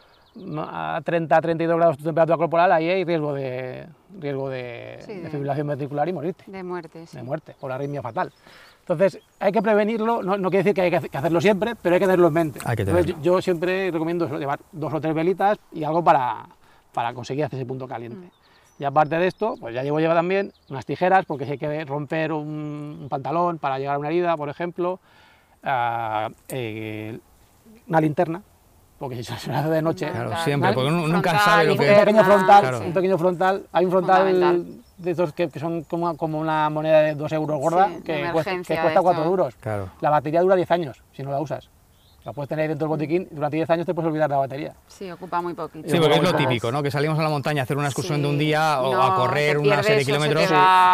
30, 32 grados tu temperatura corporal, ahí hay riesgo de fibrilación ventricular y morirte. De muerte, sí. De muerte, por arritmia fatal. Entonces, hay que prevenirlo, no quiere decir que hay que hacerlo siempre, pero hay que tenerlo en mente. Entonces, yo siempre recomiendo llevar 2 o 3 velitas y algo para conseguir hacer ese punto caliente. Y aparte de esto, pues ya llevo también unas tijeras, porque si hay que romper un pantalón para llegar a una herida, por ejemplo, una linterna, porque si se hace de noche... Claro, siempre, porque uno nunca sabe lo que... Un pequeño frontal, claro. Un pequeño frontal, hay un frontal de estos que son como una moneda de 2 euros gorda, que cuesta 4 euros. Claro. La batería dura 10 años, si no la usas. La puedes tener dentro del botiquín, durante 10 años te puedes olvidar de la batería. Sí, ocupa muy poquito. Sí, porque es lo típico, ¿no? Que salimos a la montaña a hacer una excursión de un día o a correr una serie de kilómetros.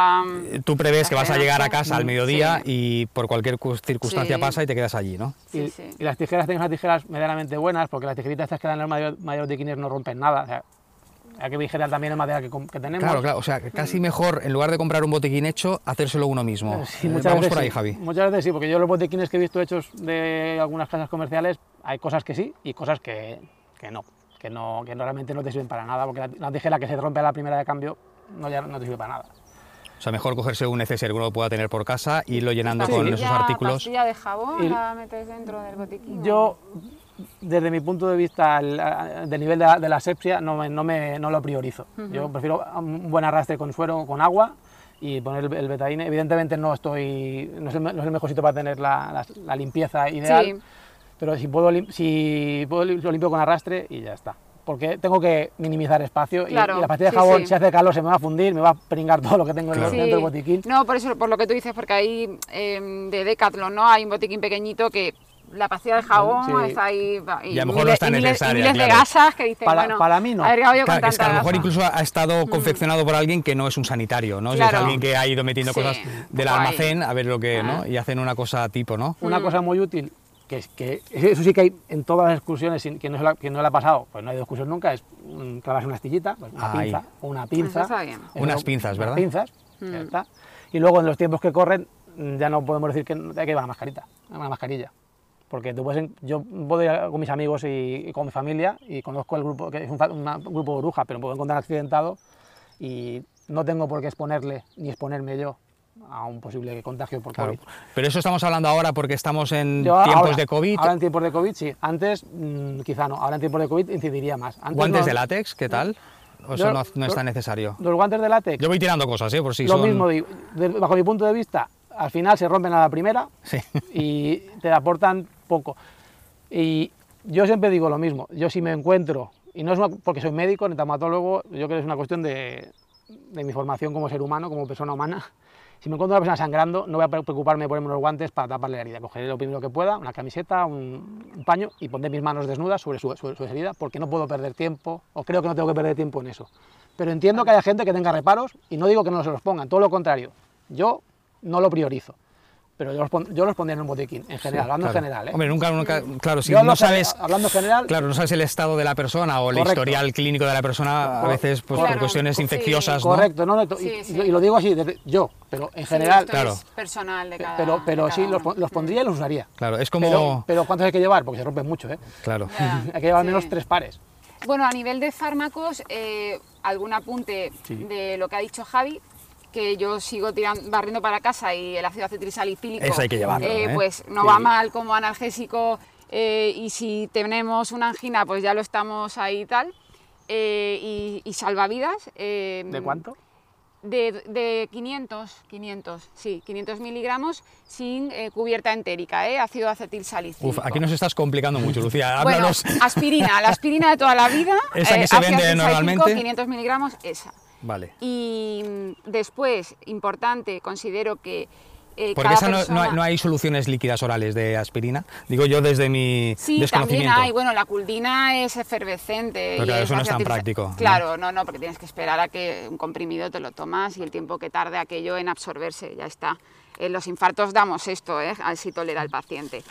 Tú prevés que vas a llegar a casa al mediodía y por cualquier circunstancia pasa y te quedas allí, ¿no? Y las tijeras, tienes unas tijeras medianamente buenas, porque las tijeritas estas que dan en los mayores botiquines no rompen nada. O sea, hay que vigilar también el material que tenemos. Claro, o sea, casi mejor, en lugar de comprar un botiquín hecho, hacérselo uno mismo. Sí, vamos por ahí, Javi. Muchas veces sí, porque yo los botiquines que he visto hechos de algunas casas comerciales, hay cosas que sí y cosas que no realmente no te sirven para nada, porque la tijera que se rompe a la primera de cambio no te sirve para nada. O sea, mejor cogerse un neceser que uno lo pueda tener por casa e irlo llenando con esos artículos. ¿Pastilla de jabón la metes dentro del botiquín? Yo, desde mi punto de vista, del nivel de la asepsia, no lo priorizo. Yo prefiero un buen arrastre con suero, con agua, y poner el betaine. Evidentemente no es el mejor sitio para tener la limpieza ideal, pero si puedo lo limpio con arrastre y ya está. Porque tengo que minimizar espacio, claro, y la pastilla de jabón, si hace calor, se me va a fundir, me va a pringar todo lo que tengo dentro del botiquín. No, por lo que tú dices, porque hay de Decathlon, ¿no? Hay un botiquín pequeñito que la pastilla de jabón está ahí, y a lo mejor no está necesaria, miles de gasas que dicen, para mí no. A ver, es que a lo mejor incluso ha estado confeccionado por alguien que no es un sanitario, ¿no? Claro. Es alguien que ha ido metiendo cosas del almacén a ver lo que, ¿no? Y hacen una cosa tipo, ¿no? Una cosa muy útil, que eso sí que hay en todas las excursiones, que no le ha pasado, pues no ha ido a excursión nunca, es clavarse una astillita, pues una pinza. Unas pinzas, ¿verdad? Unas pinzas, ya está. Y luego en los tiempos que corren ya no podemos decir que hay que llevar una mascarilla. Porque yo puedo ir con mis amigos y con mi familia y conozco el grupo, que es un grupo de Bruja, pero me puedo encontrar accidentado y no tengo por qué exponerle ni exponerme yo a un posible contagio por COVID. Pero eso estamos hablando ahora porque estamos en tiempos de COVID. Ahora en tiempos de COVID sí, antes quizá no, ahora en tiempos de COVID incidiría más. ¿Guantes de látex, qué tal? ¿O eso no es tan necesario? Los guantes de látex... Yo voy tirando cosas, por si son... Lo mismo digo, bajo mi punto de vista, al final se rompen a la primera y te aportan poco. Y yo siempre digo lo mismo, yo si me encuentro, y no es porque soy médico ni traumatólogo, yo creo que es una cuestión de mi formación como ser humano, como persona humana. Si me encuentro a una persona sangrando, no voy a preocuparme de ponerme unos guantes para taparle la herida. Cogeré lo primero que pueda, una camiseta, un paño, y pondré mis manos desnudas sobre su herida, porque no puedo perder tiempo, o creo que no tengo que perder tiempo en eso. Pero entiendo que haya gente que tenga reparos, y no digo que no se los pongan, todo lo contrario. Yo no lo priorizo. pero yo los pondría en un botiquín, en general, hablando en general. Hombre, nunca, claro, si Yo no sabes, hablando en general, claro, no sabes el estado de la persona o el historial clínico de la persona, a veces pues, por cuestiones infecciosas, ¿no? Correcto, y lo digo así, pero en general, claro, es personal de cada, pero sí, los pondría y los usaría. Claro, es como... Pero ¿cuántos hay que llevar? Porque se rompen mucho, ¿eh? Claro. Hay que llevar al menos 3 pares. Bueno, a nivel de fármacos, algún apunte de lo que ha dicho Javi, que yo sigo barriendo para casa, y el ácido acetilsalicílico, eso hay que llevarlo, pues no va mal como analgésico, y si tenemos una angina, pues ya lo estamos ahí y tal, y salvavidas. ¿De cuánto? De 500 miligramos sin cubierta entérica, ácido acetilsalicílico. Aquí nos estás complicando mucho, Lucía. Bueno, aspirina, la aspirina de toda la vida. Esa que se vende normalmente. 500 miligramos, esa. Vale. Y después, importante, considero que porque no hay soluciones líquidas orales de aspirina, digo yo desde mi desconocimiento. También hay, bueno, la culdina es efervescente. Pero claro, eso no es tan práctico. Claro, no, porque tienes que esperar a que un comprimido te lo tomas y el tiempo que tarde aquello en absorberse, ya está. En los infartos damos esto, si tolera el paciente.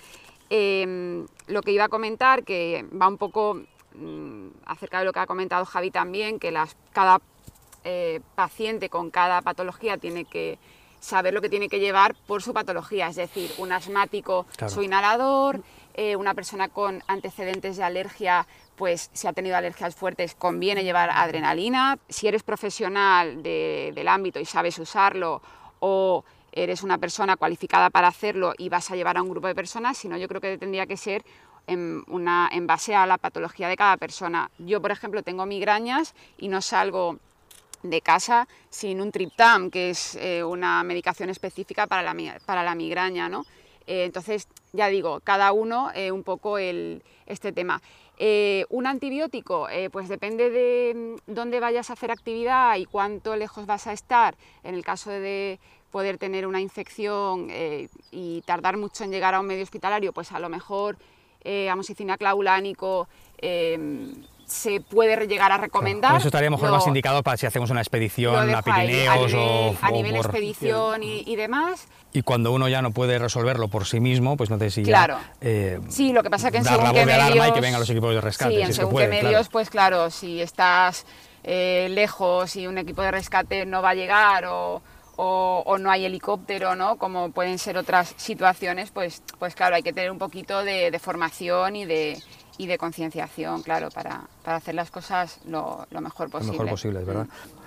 Lo que iba a comentar, que va un poco acerca de lo que ha comentado Javi también, que cada paciente con cada patología tiene que saber lo que tiene que llevar por su patología, es decir, un asmático, claro, su inhalador, una persona con antecedentes de alergia, pues si ha tenido alergias fuertes conviene llevar adrenalina. Si eres profesional del ámbito y sabes usarlo, o eres una persona cualificada para hacerlo y vas a llevar a un grupo de personas, si no, yo creo que tendría que ser en base a la patología de cada persona. Yo, por ejemplo, tengo migrañas y no salgo de casa sin un triptam, que es una medicación específica para la migraña, ¿no? Entonces, ya digo, cada uno un poco este tema. Un antibiótico, pues depende de dónde vayas a hacer actividad y cuánto lejos vas a estar. En el caso de poder tener una infección y tardar mucho en llegar a un medio hospitalario, pues a lo mejor amoxicilina clavulánico se puede llegar a recomendar. Claro, eso estaría mejor más indicado para si hacemos una expedición a Pirineos a nivel expedición y demás. Y cuando uno ya no puede resolverlo por sí mismo, pues no sé si claro. ya, sí, lo que pasa es que en dar según la voz qué de alarma medios, y que vengan los equipos de rescate. Sí, en si según es que puede, qué medios, claro, pues claro, si estás lejos y un equipo de rescate no va a llegar o no hay helicóptero, ¿no? Como pueden ser otras situaciones, pues claro, hay que tener un poquito de formación y de concienciación, claro, para hacer las cosas lo mejor posible. Lo mejor posible, es verdad.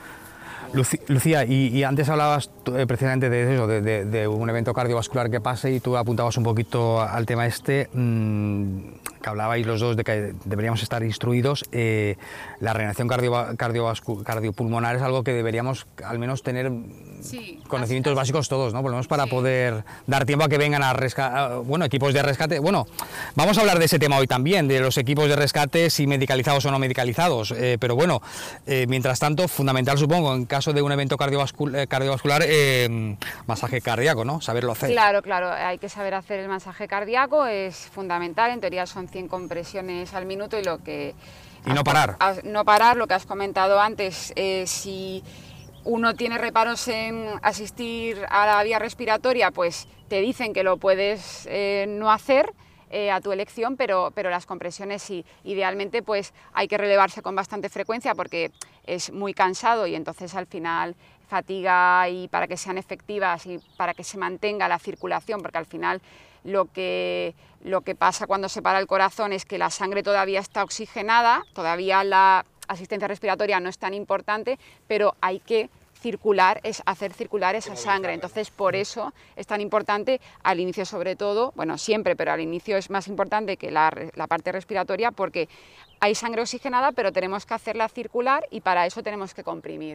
Lucía, y antes hablabas precisamente de eso, de un evento cardiovascular que pase, y tú apuntabas un poquito al tema que hablabais los dos de que deberíamos estar instruidos. La reanimación cardiopulmonar es algo que deberíamos al menos tener conocimientos básicos todos, ¿no? Por lo menos para poder dar tiempo a que vengan equipos de rescate. Bueno, vamos a hablar de ese tema hoy también, de los equipos de rescate, si medicalizados o no medicalizados, pero bueno, mientras tanto, fundamental supongo, en caso de un evento cardiovascular, masaje cardíaco, ¿no? Saberlo hacer. Claro, hay que saber hacer el masaje cardíaco, es fundamental, en teoría son 100 compresiones al minuto y no parar. No parar, lo que has comentado antes, si uno tiene reparos en asistir a la vía respiratoria, pues te dicen que lo puedes no hacer, a tu elección, pero las compresiones sí. Idealmente pues hay que relevarse con bastante frecuencia porque es muy cansado y entonces al final fatiga, y para que sean efectivas y para que se mantenga la circulación, porque al final lo que pasa cuando se para el corazón es que la sangre todavía está oxigenada, todavía la asistencia respiratoria no es tan importante, pero hay que hacer circular esa sangre. Entonces, por eso es tan importante al inicio, sobre todo, bueno, siempre, pero al inicio es más importante que la parte respiratoria, porque hay sangre oxigenada, pero tenemos que hacerla circular y para eso tenemos que comprimir.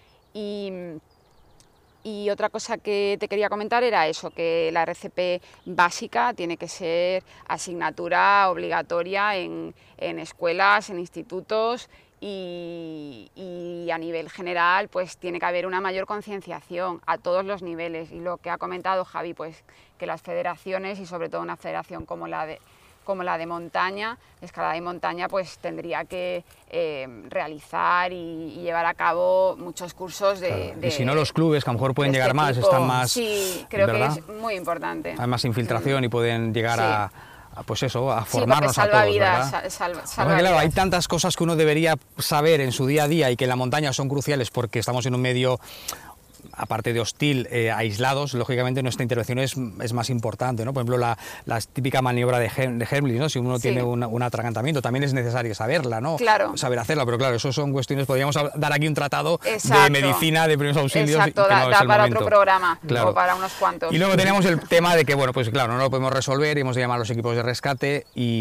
Y otra cosa que te quería comentar era eso, que la RCP básica tiene que ser asignatura obligatoria en escuelas, en institutos, y a nivel general pues tiene que haber una mayor concienciación a todos los niveles, y lo que ha comentado Javi, pues que las federaciones, y sobre todo una federación como la de como la de montaña, la escalada de montaña pues tendría que realizar y llevar a cabo muchos cursos de... Y si no, los clubes, que a lo mejor pueden llegar más, tipo. están más... Sí, creo ¿verdad? que es muy importante. Hay más infiltración y pueden llegar a pues eso, a Sí, formarnos a todos, vidas, ¿verdad? salva Claro, vidas. hay tantas cosas que uno debería saber en su día a día y que en la montaña son cruciales porque estamos en un medio, aparte de hostil, aislados. Lógicamente nuestra intervención es más importante, ¿no? Por ejemplo, la típica maniobra de Heimlich, ¿no? Si uno tiene un atragantamiento, también es necesario saberla, ¿no? Claro. Saber hacerla, pero claro, eso son cuestiones, podríamos dar aquí un tratado Exacto. de medicina, de primeros auxilios. Exacto, que no es da el para momento. otro programa, Claro. o para unos cuantos. Y luego tenemos el tema de que, bueno, pues claro, no lo podemos resolver y hemos de llamar a los equipos de rescate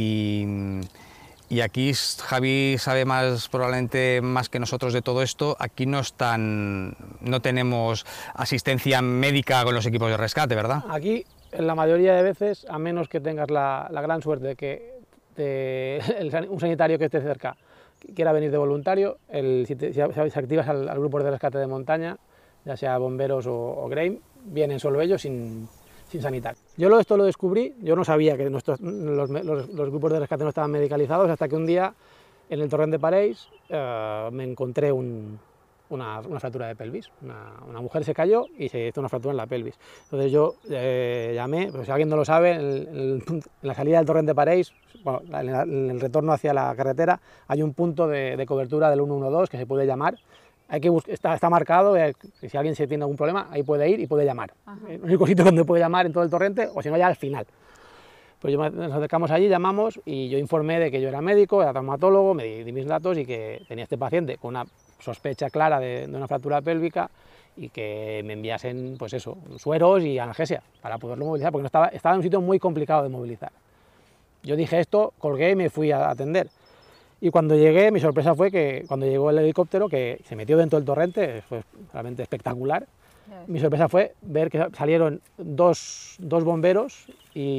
y aquí Javi sabe más, probablemente más que nosotros de todo esto. Aquí no tenemos asistencia médica con los equipos de rescate, ¿verdad? Aquí, en la mayoría de veces, a menos que tengas la gran suerte de que un sanitario que esté cerca quiera venir de voluntario, si activas al grupo de rescate de montaña, ya sea bomberos o Grame, vienen solo ellos sin sanitario. Yo esto lo descubrí, yo no sabía que los grupos de rescate no estaban medicalizados, hasta que un día en el torrent de Pareix me encontré una fractura de pelvis. Una mujer se cayó y se hizo una fractura en la pelvis. Entonces yo llamé, pues si alguien no lo sabe, en la salida del torrent de Pareix, bueno, en el retorno hacia la carretera, hay un punto de cobertura del 112 que se puede llamar. Está marcado, si alguien se tiene algún problema, ahí puede ir y puede llamar. El único sitio donde puede llamar en todo el torrente, o si no ya al final. Pues nos acercamos allí, llamamos y yo informé de que yo era médico, era traumatólogo, me di mis datos y que tenía este paciente con una sospecha clara de una fractura pélvica y que me enviasen, pues eso, sueros y analgesia para poderlo movilizar, porque estaba en un sitio muy complicado de movilizar. Yo dije esto, colgué y me fui a atender. Y cuando llegué, mi sorpresa fue que cuando llegó el helicóptero, que se metió dentro del torrente, fue realmente espectacular. Mi sorpresa fue ver que salieron dos bomberos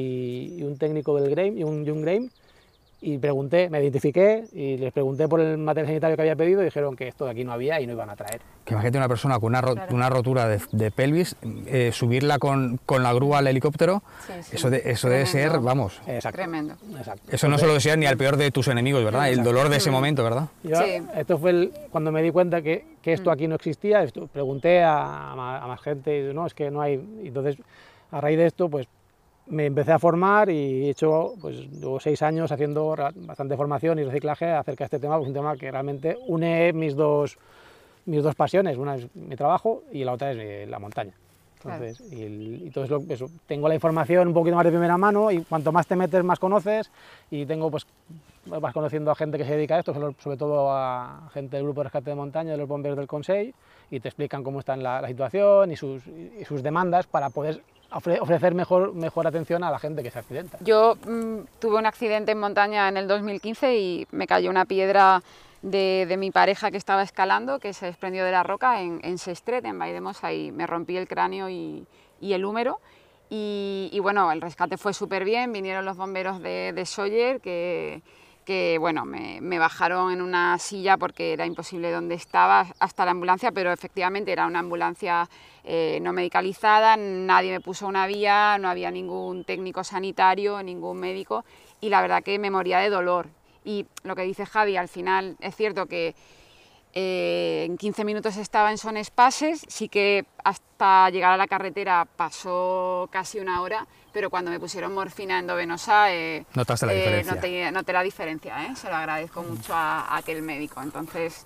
y un técnico del Grame y un Grame, y me identifiqué y les pregunté por el material sanitario que había pedido y dijeron que esto de aquí no había y no iban a traer. Que imagínate una persona con una rotura de pelvis, subirla con la grúa al helicóptero, sí. Eso debe ser, vamos... Exacto. Tremendo. Exacto. Eso no se lo deseas ni al peor de tus enemigos, ¿verdad? Exacto. El dolor de ese momento, ¿verdad? Esto fue cuando me di cuenta que esto aquí no existía, pregunté a más gente y no, es que no hay... Entonces, a raíz de esto, pues me empecé a formar y he hecho, pues llevo 6 años haciendo bastante formación y reciclaje acerca de este tema, pues un tema que realmente une mis dos pasiones, una es mi trabajo y la otra es la montaña. Entonces, claro. y todo eso, tengo la información un poquito más de primera mano y cuanto más te metes más conoces y pues vas conociendo a gente que se dedica a esto, sobre todo a gente del grupo de rescate de montaña, de los bomberos del Consell, y te explican cómo está la situación y sus demandas para poder ofrecer mejor atención a la gente que se accidenta. Yo tuve un accidente en montaña en el 2015 y me cayó una piedra de mi pareja que estaba escalando, que se desprendió de la roca en Sestret, en Valldemossa, y me rompí el cráneo y el húmero. Y bueno, el rescate fue súper bien, vinieron los bomberos de Sóller, que bueno, me bajaron en una silla porque era imposible donde estaba hasta la ambulancia, pero efectivamente era una ambulancia no medicalizada, nadie me puso una vía, no había ningún técnico sanitario, ningún médico, y la verdad que me moría de dolor. Y lo que dice Javi, al final es cierto que en 15 minutos estaba en Son Espases, sí que hasta llegar a la carretera pasó casi una hora, pero cuando me pusieron morfina endovenosa notaste la diferencia. Noté la diferencia, se lo agradezco mucho a aquel médico, entonces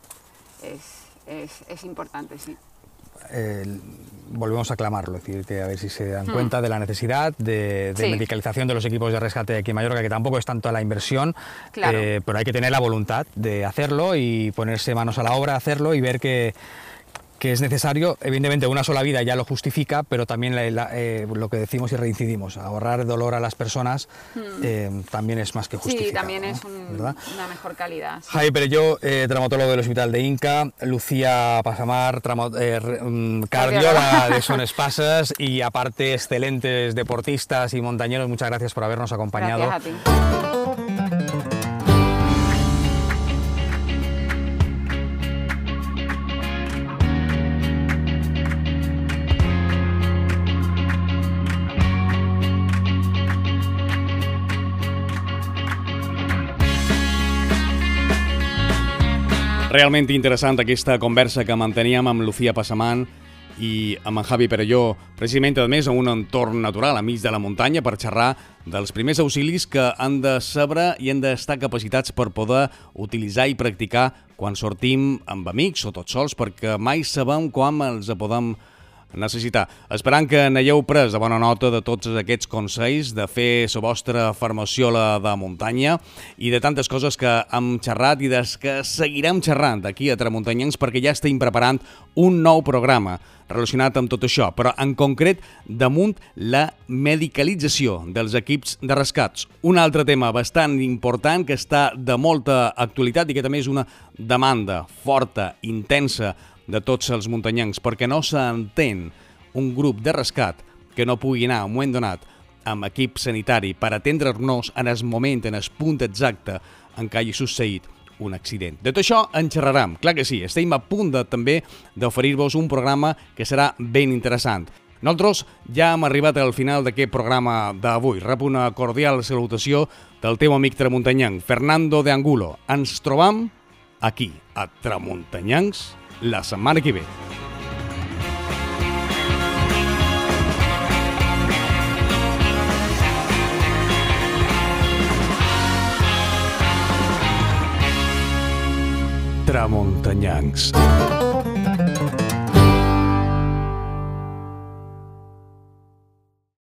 es importante, sí. Volvemos a aclamarlo, es decir, que a ver si se dan cuenta de la necesidad de medicalización de los equipos de rescate aquí en Mallorca, que tampoco es tanto la inversión, claro. Pero hay que tener la voluntad de hacerlo y ponerse manos a la obra, hacerlo y ver que es necesario. Evidentemente una sola vida ya lo justifica, pero también lo que decimos y reincidimos, ahorrar dolor a las personas también es más que justificado. Sí, también, ¿no? Es una mejor calidad. Sí. Javi Perelló, traumatólogo del Hospital de Inca, Lucía Pasamar, cardióloga de Son Espases y aparte excelentes deportistas y montañeros, muchas gracias por habernos acompañado. Gracias a ti. Realment interessant aquesta conversa que manteníem amb Lucía Passamant i amb en Javi Perelló, precisament a més en un entorn natural, enmig de la muntanya, per xerrar dels primers auxilis que han de saber i han d'estar capacitats per poder utilitzar i practicar quan sortim amb amics o tots sols, perquè mai sabem quan els podem necessitar. Esperant que n'hagueu pres de bona nota de tots aquests consells, de fer la vostra formació de muntanya i de tantes coses que hem xerrat i des que seguirem xerrant aquí a Tramuntanyencs, perquè ja estem preparant un nou programa relacionat amb tot això, però en concret damunt la medicalització dels equips de rescats. Un altre tema bastant important que està de molta actualitat i que també és una demanda forta, intensa, de tots els muntanyencs, perquè no s'entén un grup de rescat que no pugui anar a un moment donat amb equip sanitari per atendre-nos en el moment, en el punt exacte en què hagi succeït un accident. De tot això en xerrarem, clar que sí, estem a punt també d'oferir-vos un programa que serà ben interessant. Nosaltres ja hem arribat al final d'aquest programa d'avui. Rep una cordial salutació del teu amic tramuntanyenc, Fernando de Angulo. Ens trobam aquí, a Tramuntanyencs, la setmana que ve. Tramuntanyencs.